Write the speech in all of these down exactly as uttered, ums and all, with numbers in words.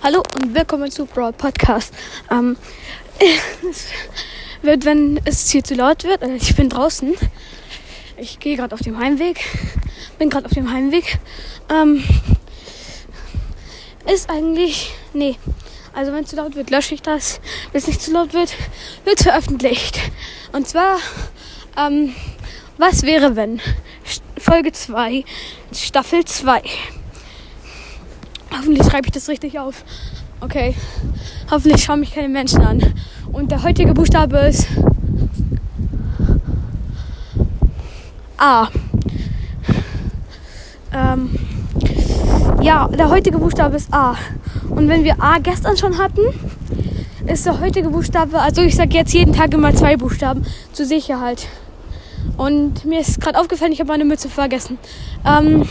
Hallo und willkommen zu Brawl Podcast. Ähm, es wird, wenn es hier zu laut wird, also ich bin draußen. Ich gehe gerade auf dem Heimweg. Bin gerade auf dem Heimweg. Ähm, ist eigentlich, nee. Also wenn es zu laut wird, lösche ich das. Wenn es nicht zu laut wird, wird es veröffentlicht. Und zwar, ähm, was wäre wenn? Folge zwei, Staffel zwei. Hoffentlich schreibe ich das richtig auf. Okay. Hoffentlich schauen mich keine Menschen an. Und der heutige Buchstabe ist A. Ähm, ja, der heutige Buchstabe ist A. Und wenn wir A gestern schon hatten, ist der heutige Buchstabe, also ich sage jetzt jeden Tag immer zwei Buchstaben zur Sicherheit. Und mir ist gerade aufgefallen, ich habe meine Mütze vergessen. Ähm,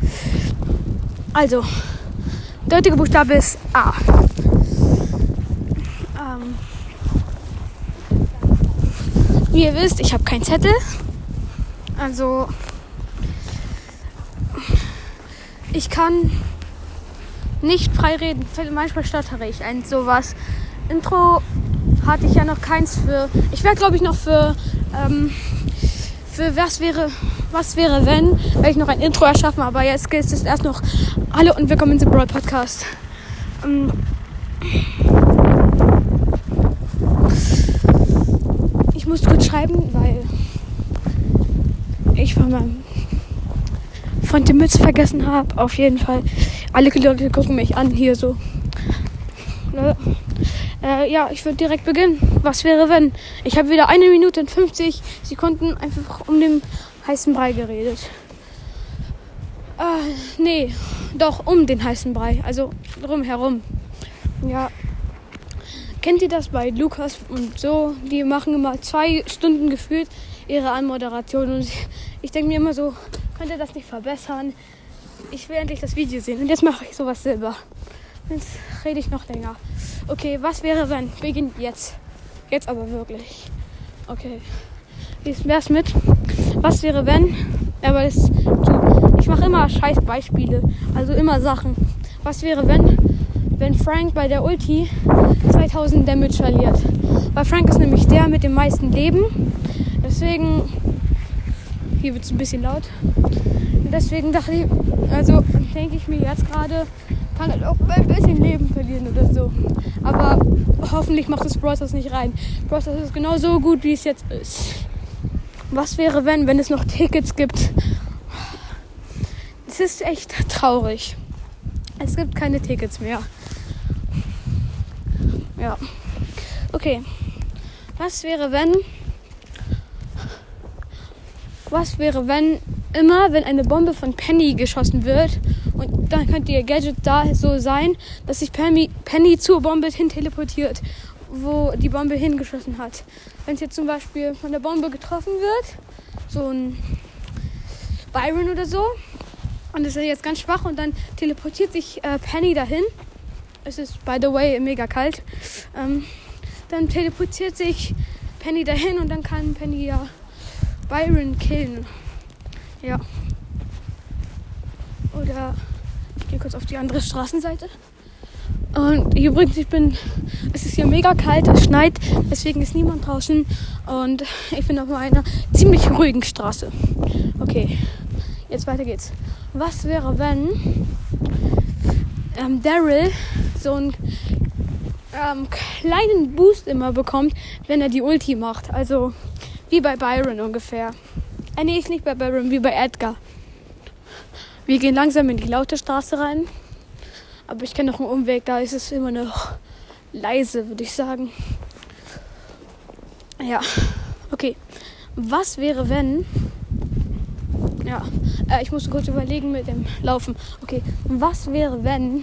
also, der heutige Buchstabe ist A. Ähm, wie ihr wisst, ich habe keinen Zettel. Also, ich kann nicht frei reden. Manchmal stottere ich ein sowas. Intro hatte ich ja noch keins für. Ich wäre, glaube ich, noch für, ähm, für was wäre, was wäre, wenn, werde ich noch ein Intro erschaffen. Aber jetzt geht es erst noch. Hallo und willkommen zum Brawl Podcast. Ähm, ich muss kurz schreiben, weil ich von meinem Freund die Mütze vergessen habe. Auf jeden Fall. Alle Leute gucken mich an hier so. Äh, ja, ich würde direkt beginnen. Was wäre, wenn? Ich habe wieder eine Minute und fünfzig Sekunden einfach um den heißen Brei geredet. Äh, nee, doch, um den heißen Brei. Also drumherum. Ja. Kennt ihr das bei Lukas und so? Die machen immer zwei Stunden gefühlt ihre Anmoderation. Und ich, ich denke mir immer so, könnt ihr das nicht verbessern? Ich will endlich das Video sehen. Und jetzt mache ich sowas selber. Jetzt rede ich noch länger. Okay, was wäre, wenn? Beginnt jetzt. Jetzt aber wirklich. Okay. Wie wär's mit? Was wäre, wenn? Aber das, ich mache immer scheiß Beispiele. Also immer Sachen. Was wäre, wenn? Wenn Frank bei der Ulti zweitausend Damage verliert. Weil Frank ist nämlich der mit dem meisten Leben. Deswegen, hier wird es ein bisschen laut. Deswegen dachte ich, also denke ich mir jetzt gerade, kann er auch ein bisschen Leben verlieren oder so. Aber hoffentlich macht das Brawl Stars nicht rein. Brawl Stars ist genau so gut, wie es jetzt ist. Was wäre, wenn, wenn es noch Tickets gibt? Es ist echt traurig. Es gibt keine Tickets mehr. Ja. Okay. Was wäre, wenn... Was wäre, wenn immer, wenn eine Bombe von Penny geschossen wird und dann könnte ihr Gadget da so sein, dass sich Penny, Penny zur Bombe hin teleportiert, wo die Bombe hingeschossen hat. Wenn es jetzt zum Beispiel von der Bombe getroffen wird, so ein Byron oder so, und es ist jetzt ganz schwach und dann teleportiert sich äh, Penny dahin. Es ist, by the way, mega kalt. Ähm, dann teleportiert sich Penny dahin und dann kann Penny ja Byron killen. Ja. Oder ich gehe kurz auf die andere Straßenseite. Und übrigens, ich bin, es ist hier mega kalt, es schneit, deswegen ist niemand draußen. Und ich bin auf einer ziemlich ruhigen Straße. Okay, jetzt weiter geht's. Was wäre, wenn ähm, Daryl so einen ähm, kleinen Boost immer bekommt, wenn er die Ulti macht? Also wie bei Byron ungefähr. Äh, nee, ist nicht bei Byron, wie bei Edgar. Wir gehen langsam in die laute Straße rein. Aber ich kenne noch einen Umweg, da ist es immer noch leise, würde ich sagen. Ja, okay. Was wäre, wenn... Ja, äh, ich musste kurz überlegen mit dem Laufen. Okay, was wäre, wenn...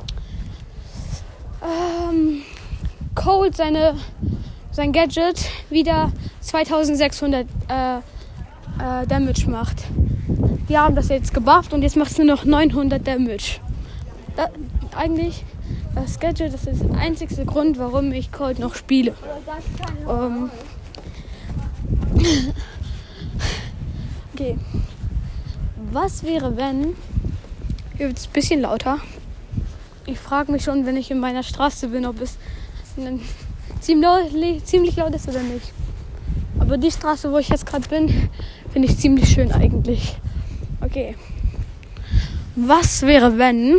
Ähm, Colt seine, sein Gadget wieder zweitausendsechshundert äh, äh, Damage macht. Die haben das jetzt gebufft und jetzt macht es nur noch neunhundert Damage. Da, eigentlich, das Gadget, das ist der einzigste Grund, warum ich Colt noch spiele. Um, okay. Was wäre, wenn... Hier wird es ein bisschen lauter. ich frage mich schon, wenn ich in meiner Straße bin, ob es ziemlich, ziemlich laut ist oder nicht. Aber die Straße, wo ich jetzt gerade bin, finde ich ziemlich schön eigentlich. Okay. Was wäre, wenn...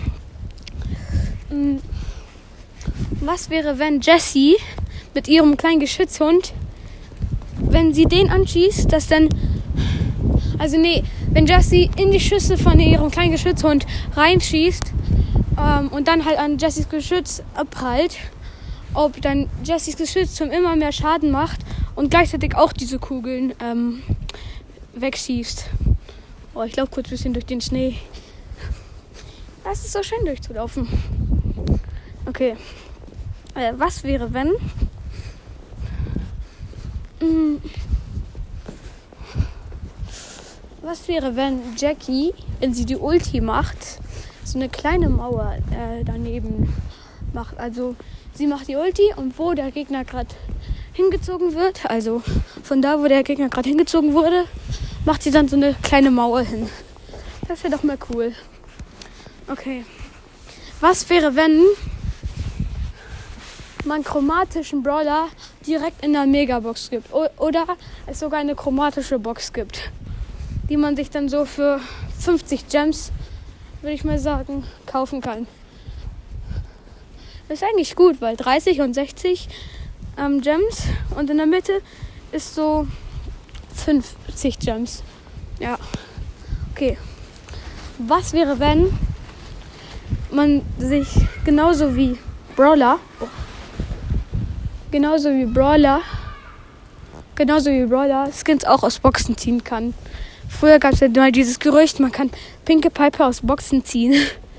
Was wäre, wenn Jessie mit ihrem kleinen Geschützhund, wenn sie den anschießt, dass dann... Also nee, wenn Jessie in die Schüsse von ihrem kleinen Geschützhund reinschießt ähm, und dann halt an Jessies Geschütz abprallt, ob dann Jessies Geschütz zum immer mehr Schaden macht und gleichzeitig auch diese Kugeln ähm, wegschießt. Oh, ich laufe kurz ein bisschen durch den Schnee. Das ist so schön durchzulaufen. Okay. Äh, was wäre, wenn... Mh, Was wäre, wenn Jackie, wenn sie die Ulti macht, so eine kleine Mauer äh, daneben macht? Also sie macht die Ulti und wo der Gegner gerade hingezogen wird, also von da, wo der Gegner gerade hingezogen wurde, macht sie dann so eine kleine Mauer hin. Das wäre doch mal cool. Okay. Was wäre, wenn man chromatischen Brawler direkt in der Megabox gibt? O- oder es sogar eine chromatische Box gibt, die man sich dann so für fünfzig Gems, würde ich mal sagen, kaufen kann. Das ist eigentlich gut, weil dreißig und sechzig ähm, Gems und in der Mitte ist so fünfzig Gems. Ja, okay. Was wäre, wenn man sich genauso wie Brawler, oh, genauso wie Brawler, genauso wie Brawler Skins auch aus Boxen ziehen kann? Früher gab es ja mal dieses Gerücht, man kann Pinkie Piper aus Boxen ziehen.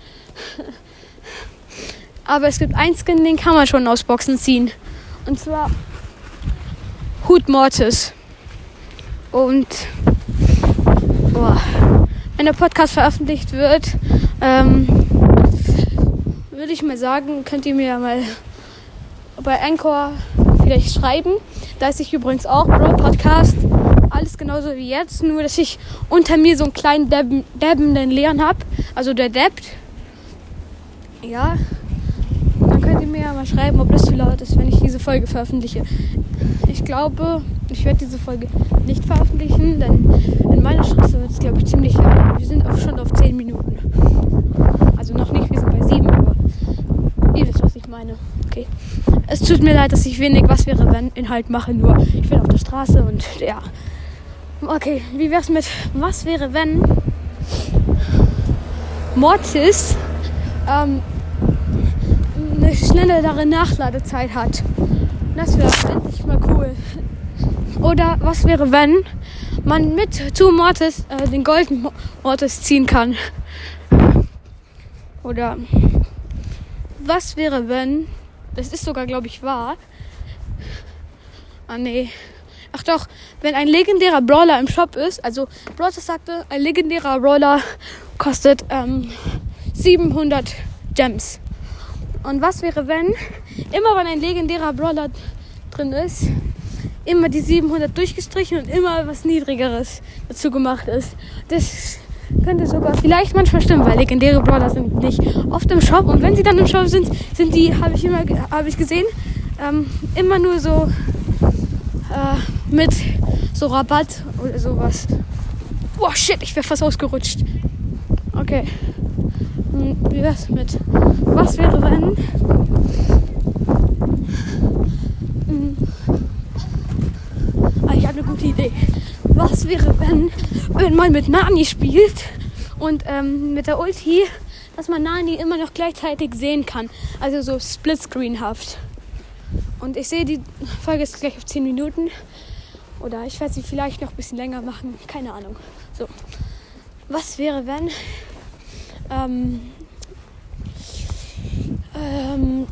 Aber es gibt einen Skin, den kann man schon aus Boxen ziehen. Und zwar Hut Mortis. Und boah, wenn der Podcast veröffentlicht wird, ähm, würde ich mal sagen, könnt ihr mir ja mal bei Anchor vielleicht schreiben. Da ist ich übrigens auch Bro Podcast. Alles genauso wie jetzt, nur dass ich unter mir so einen kleinen Deb- debbenden Leon habe. Also der debbt. Ja. Dann könnt ihr mir ja mal schreiben, ob das zu laut ist, wenn ich diese Folge veröffentliche. Ich glaube, ich werde diese Folge nicht veröffentlichen, denn in meiner Straße wird es, glaube ich, ziemlich laut. Wir sind auch schon auf zehn Minuten. Also noch nicht, wir sind bei sieben, aber ihr wisst, was ich meine. Okay. Es tut mir leid, dass ich wenig Was wäre wenn Inhalt mache, nur ich bin auf der Straße und ja. Okay, wie wär's mit Was wäre wenn Mortis ähm, eine schnellere Nachladezeit hat? Das wäre endlich mal cool. Oder was wäre, wenn man mit zu Mortis äh, den Golden Mortis ziehen kann? Oder was wäre, wenn, das ist sogar, glaube ich, wahr. Ah, nee. Ach doch, wenn ein legendärer Brawler im Shop ist, also Brawler sagte, ein legendärer Brawler kostet ähm, siebenhundert Gems. Und was wäre, wenn, immer wenn ein legendärer Brawler drin ist, immer die siebenhundert durchgestrichen und immer was Niedrigeres dazu gemacht ist? Das könnte sogar vielleicht manchmal stimmen, weil legendäre Brawler sind nicht oft im Shop. Und wenn sie dann im Shop sind, sind die, habe ich immer habe ich gesehen, ähm, immer nur so äh, mit so Rabatt oder sowas. Boah, shit, ich wäre fast ausgerutscht. Okay. Wie wär's mit Was wäre, wenn ah, ich habe eine gute Idee. Was wäre, wenn wenn man mit Nani spielt und ähm, mit der Ulti, dass man Nani immer noch gleichzeitig sehen kann. Also so Splitscreenhaft. Und ich sehe, die Folge ist gleich auf zehn Minuten. Oder ich werde sie vielleicht noch ein bisschen länger machen. Keine Ahnung. So. Was wäre, wenn ähm, ähm,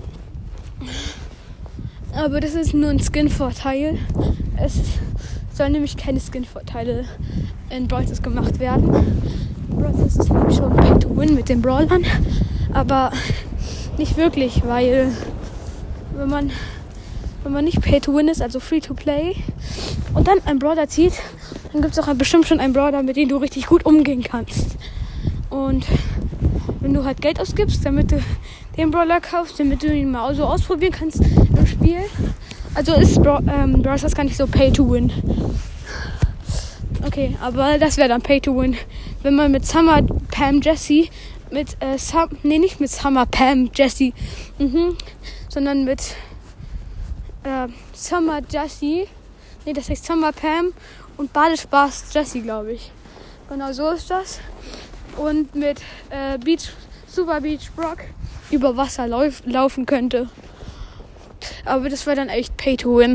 aber das ist nur ein Skin-Vorteil. Es sollen nämlich keine Skin-Vorteile in Brawl Stars gemacht werden. Brawl Stars ist nämlich schon Pay to Win mit den Brawlern. Aber nicht wirklich, weil wenn man wenn man nicht Pay to Win ist, also Free to Play, und dann einen Brawler zieht, dann gibt es auch bestimmt schon einen Brawler, mit dem du richtig gut umgehen kannst. Und wenn wenn du halt Geld ausgibst, damit du den Brawler kaufst, damit du ihn mal so ausprobieren kannst im Spiel. Also ist Bra- ähm, Brawl Stars gar nicht so Pay to Win. Okay, aber das wäre dann Pay to Win. Wenn man mit Summer Pam Jessie, mit, äh, Sum- nee, nicht mit Summer Pam Jessie, mhm, sondern mit äh, Summer Jessie, nee, das heißt Summer Pam und Badespaß Jessie, glaube ich. Genau so ist das. Und mit äh, Beach, Super Beach Brock über Wasser lauf- laufen könnte. Aber das wäre dann echt Pay to Win.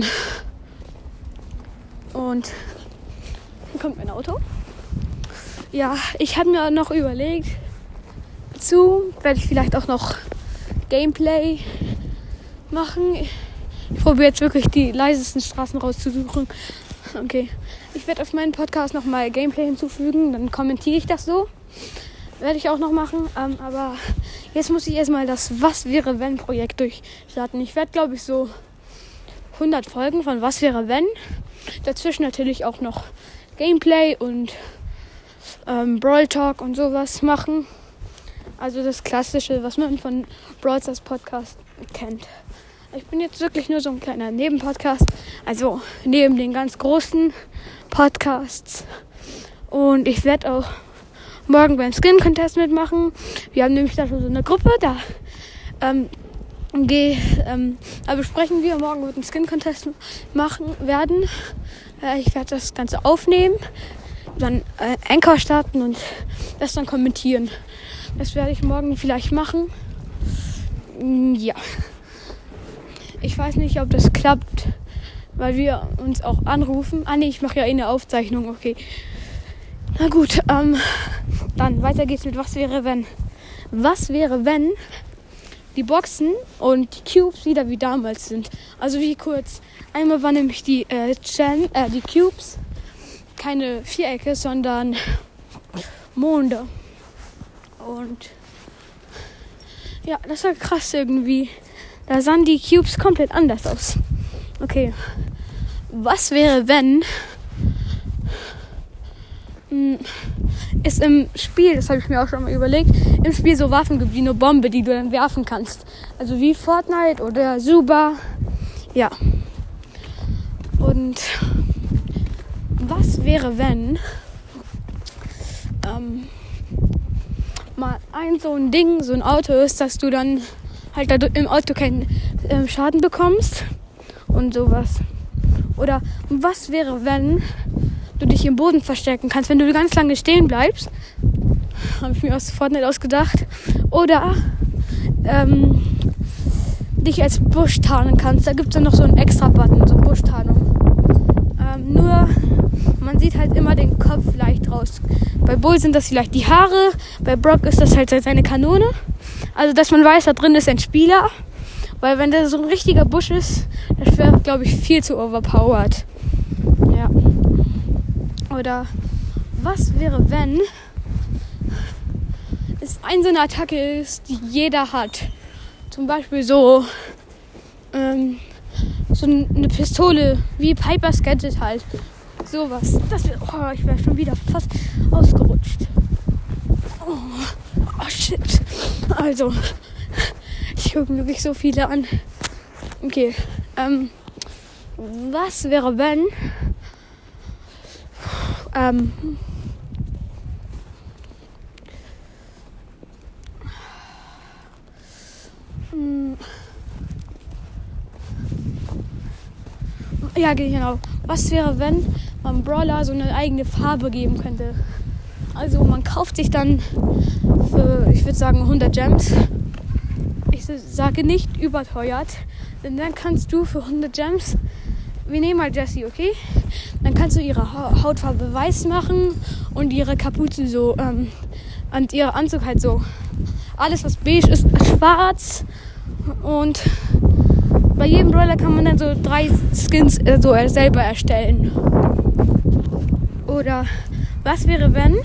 Und hier kommt mein Auto. Ja, ich habe mir noch überlegt, dazu werde ich vielleicht auch noch Gameplay machen. Ich probiere jetzt wirklich die leisesten Straßen rauszusuchen. Okay, ich werde auf meinen Podcast nochmal Gameplay hinzufügen, dann kommentiere ich das so. Werde ich auch noch machen, ähm, aber jetzt muss ich erstmal das Was wäre wenn Projekt durchstarten. Ich werde, glaube ich, so hundert Folgen von Was wäre wenn. Dazwischen natürlich auch noch Gameplay und ähm, Brawl Talk und sowas machen. Also das Klassische, was man von Brawl Stars Podcast kennt. Ich bin jetzt wirklich nur so ein kleiner Nebenpodcast, also neben den ganz großen Podcasts. Und ich werde auch morgen beim Skin Contest mitmachen. Wir haben nämlich da schon so eine Gruppe, da, ähm, geh, ähm, da besprechen wir morgen mit dem Skin Contest machen werden. Äh, ich werde das Ganze aufnehmen, dann äh, Anchor starten und das dann kommentieren. Das werde ich morgen vielleicht machen. Ja. Ich weiß nicht, ob das klappt, weil wir uns auch anrufen. Ah nee, ich mache ja eh eine Aufzeichnung, okay. Na gut, ähm, dann weiter geht's mit Was wäre wenn. Was wäre wenn die Boxen und die Cubes wieder wie damals sind? Also wie kurz. Einmal waren nämlich die, äh, Gen, äh, die Cubes keine Vierecke, sondern Monde. Und ja, das war krass irgendwie. Da sahen die Cubes komplett anders aus. Okay. Was wäre, wenn mh, es im Spiel, das habe ich mir auch schon mal überlegt, im Spiel so Waffen gibt wie eine Bombe, die du dann werfen kannst. Also wie Fortnite oder Super. Ja. Und was wäre, wenn ähm, mal ein so ein Ding, so ein Auto ist, dass du dann halt da im Auto keinen äh, Schaden bekommst und sowas. Oder was wäre, wenn du dich im Boden verstecken kannst, wenn du ganz lange stehen bleibst? Habe ich mir aus Fortnite ausgedacht. Oder ähm, dich als Busch tarnen kannst. Da gibt es dann noch so einen extra Button, so Buschtarnung. Ähm, nur, man sieht halt immer den Kopf leicht raus. Bei Bull sind das vielleicht die Haare, bei Brock ist das halt seine Kanone. Also, dass man weiß, da drin ist ein Spieler. Weil wenn der so ein richtiger Busch ist, das wäre, glaube ich, viel zu overpowered. Ja. Oder was wäre, wenn es ein so eine Attacke ist, die jeder hat? Zum Beispiel so, ähm, so eine Pistole, wie Piper's Gadget halt. Sowas. Das wär, oh, ich wäre schon wieder fast ausgerutscht. Oh, oh shit. Also, ich gucke mir wirklich so viele an. Okay. Ähm, was wäre, wenn ähm, ja, genau. Was wäre, wenn man Brawler so eine eigene Farbe geben könnte? Also man kauft sich dann für, ich würde sagen, hundert Gems. Ich sage nicht überteuert, denn dann kannst du für hundert Gems, wir nehmen mal Jessie, okay? Dann kannst du ihre Hautfarbe weiß machen und ihre Kapuze so, ähm, und ihre Anzug halt so. Alles, was beige ist, schwarz. Und bei jedem Brawler kann man dann so drei Skins äh, so selber erstellen. Oder was wäre, wenn...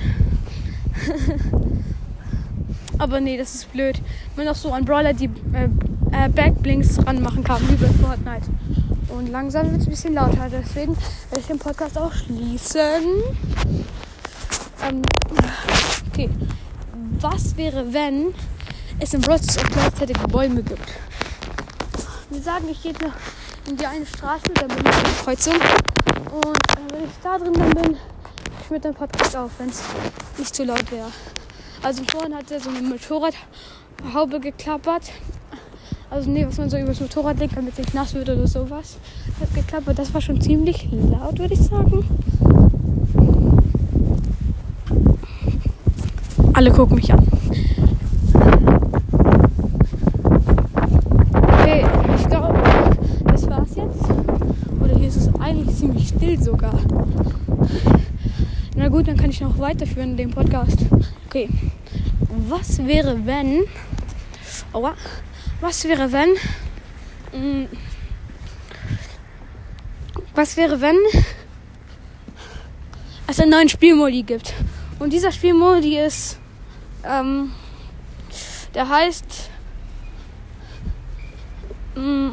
Aber nee, das ist blöd. Wenn noch so ein Brawler die äh, äh, Backblinks dran machen kann, wie bei Fortnite. Und langsam wird es ein bisschen lauter, deswegen werde ich den Podcast auch schließen. Ähm, okay. was wäre, wenn es im Brawl Stars auch gleichzeitig Bäume gibt? Wir sagen, ich gehe in die eine Straße, dann bin ich in der Kreuzung. Und äh, wenn ich da drin dann bin, ich mit dem Podcast auf, wenn es nicht zu laut wäre. Also vorhin hat er so eine Motorradhaube geklappert. Also nee, was man so übers Motorrad legt, damit es nicht nass wird oder sowas. Hat geklappert. Das war schon ziemlich laut, würde ich sagen. Alle gucken mich an. Okay, ich glaube, das war's jetzt. Oder hier ist es eigentlich ziemlich still sogar. Na gut, dann kann ich noch weiterführen in dem Podcast. Okay, was wäre, wenn... Aua. Was wäre, wenn... Mh, was wäre, wenn es einen neuen Spielmodi gibt? Und dieser Spielmodi ist... Ähm, der heißt... Mh,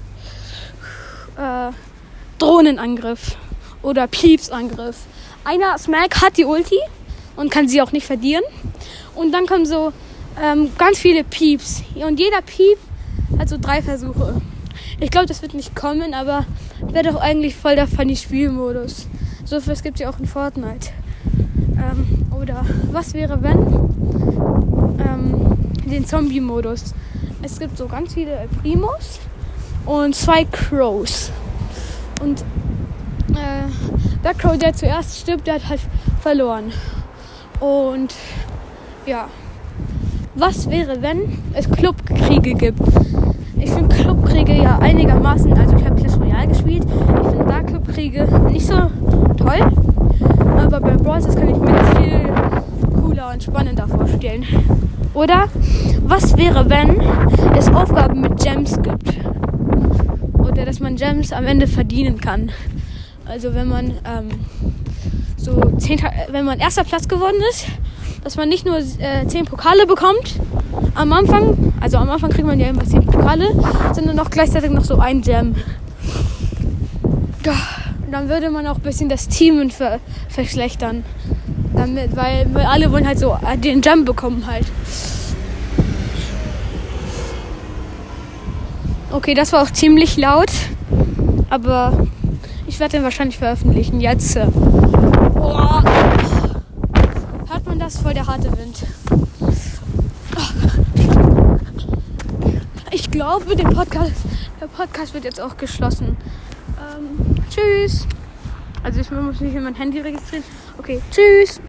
äh, Drohnenangriff. Oder Piepsangriff. Einer Smack hat die Ulti und kann sie auch nicht verlieren. Und dann kommen so ähm, ganz viele Pieps. Und jeder Piep hat so drei Versuche. Ich glaube, das wird nicht kommen, aber wäre doch eigentlich voll der funny Spielmodus. So etwas gibt es ja auch in Fortnite. Ähm, oder was wäre, wenn ähm, den Zombie-Modus. Es gibt so ganz viele Primos und zwei Crows. Und äh, der Crow, der zuerst stirbt, der hat halt verloren. Und ja, was wäre, wenn es Clubkriege gibt? Ich finde Clubkriege ja einigermaßen, also ich habe Clash Royale gespielt. Ich finde da Clubkriege nicht so toll. Aber bei Brawl Stars kann ich mir das viel cooler und spannender vorstellen. Oder was wäre, wenn es Aufgaben mit Gems gibt? Oder dass man Gems am Ende verdienen kann. Also wenn man ähm, so zehn, wenn man erster Platz geworden ist, dass man nicht nur äh, zehn Pokale bekommt am Anfang, also am Anfang kriegt man ja immer zehn Pokale, sondern auch gleichzeitig noch so ein Gem. Ja, dann würde man auch ein bisschen das Team ver- verschlechtern. Damit, weil, weil alle wollen halt so äh, den Gem bekommen halt. Okay, das war auch ziemlich laut, aber ich werde den wahrscheinlich veröffentlichen jetzt. Oh. Hört man das? Voll der harte Wind. Ich glaube, der Podcast, der Podcast wird jetzt auch geschlossen. Ähm, tschüss. Also ich muss mich in mein Handy registrieren. Okay, tschüss.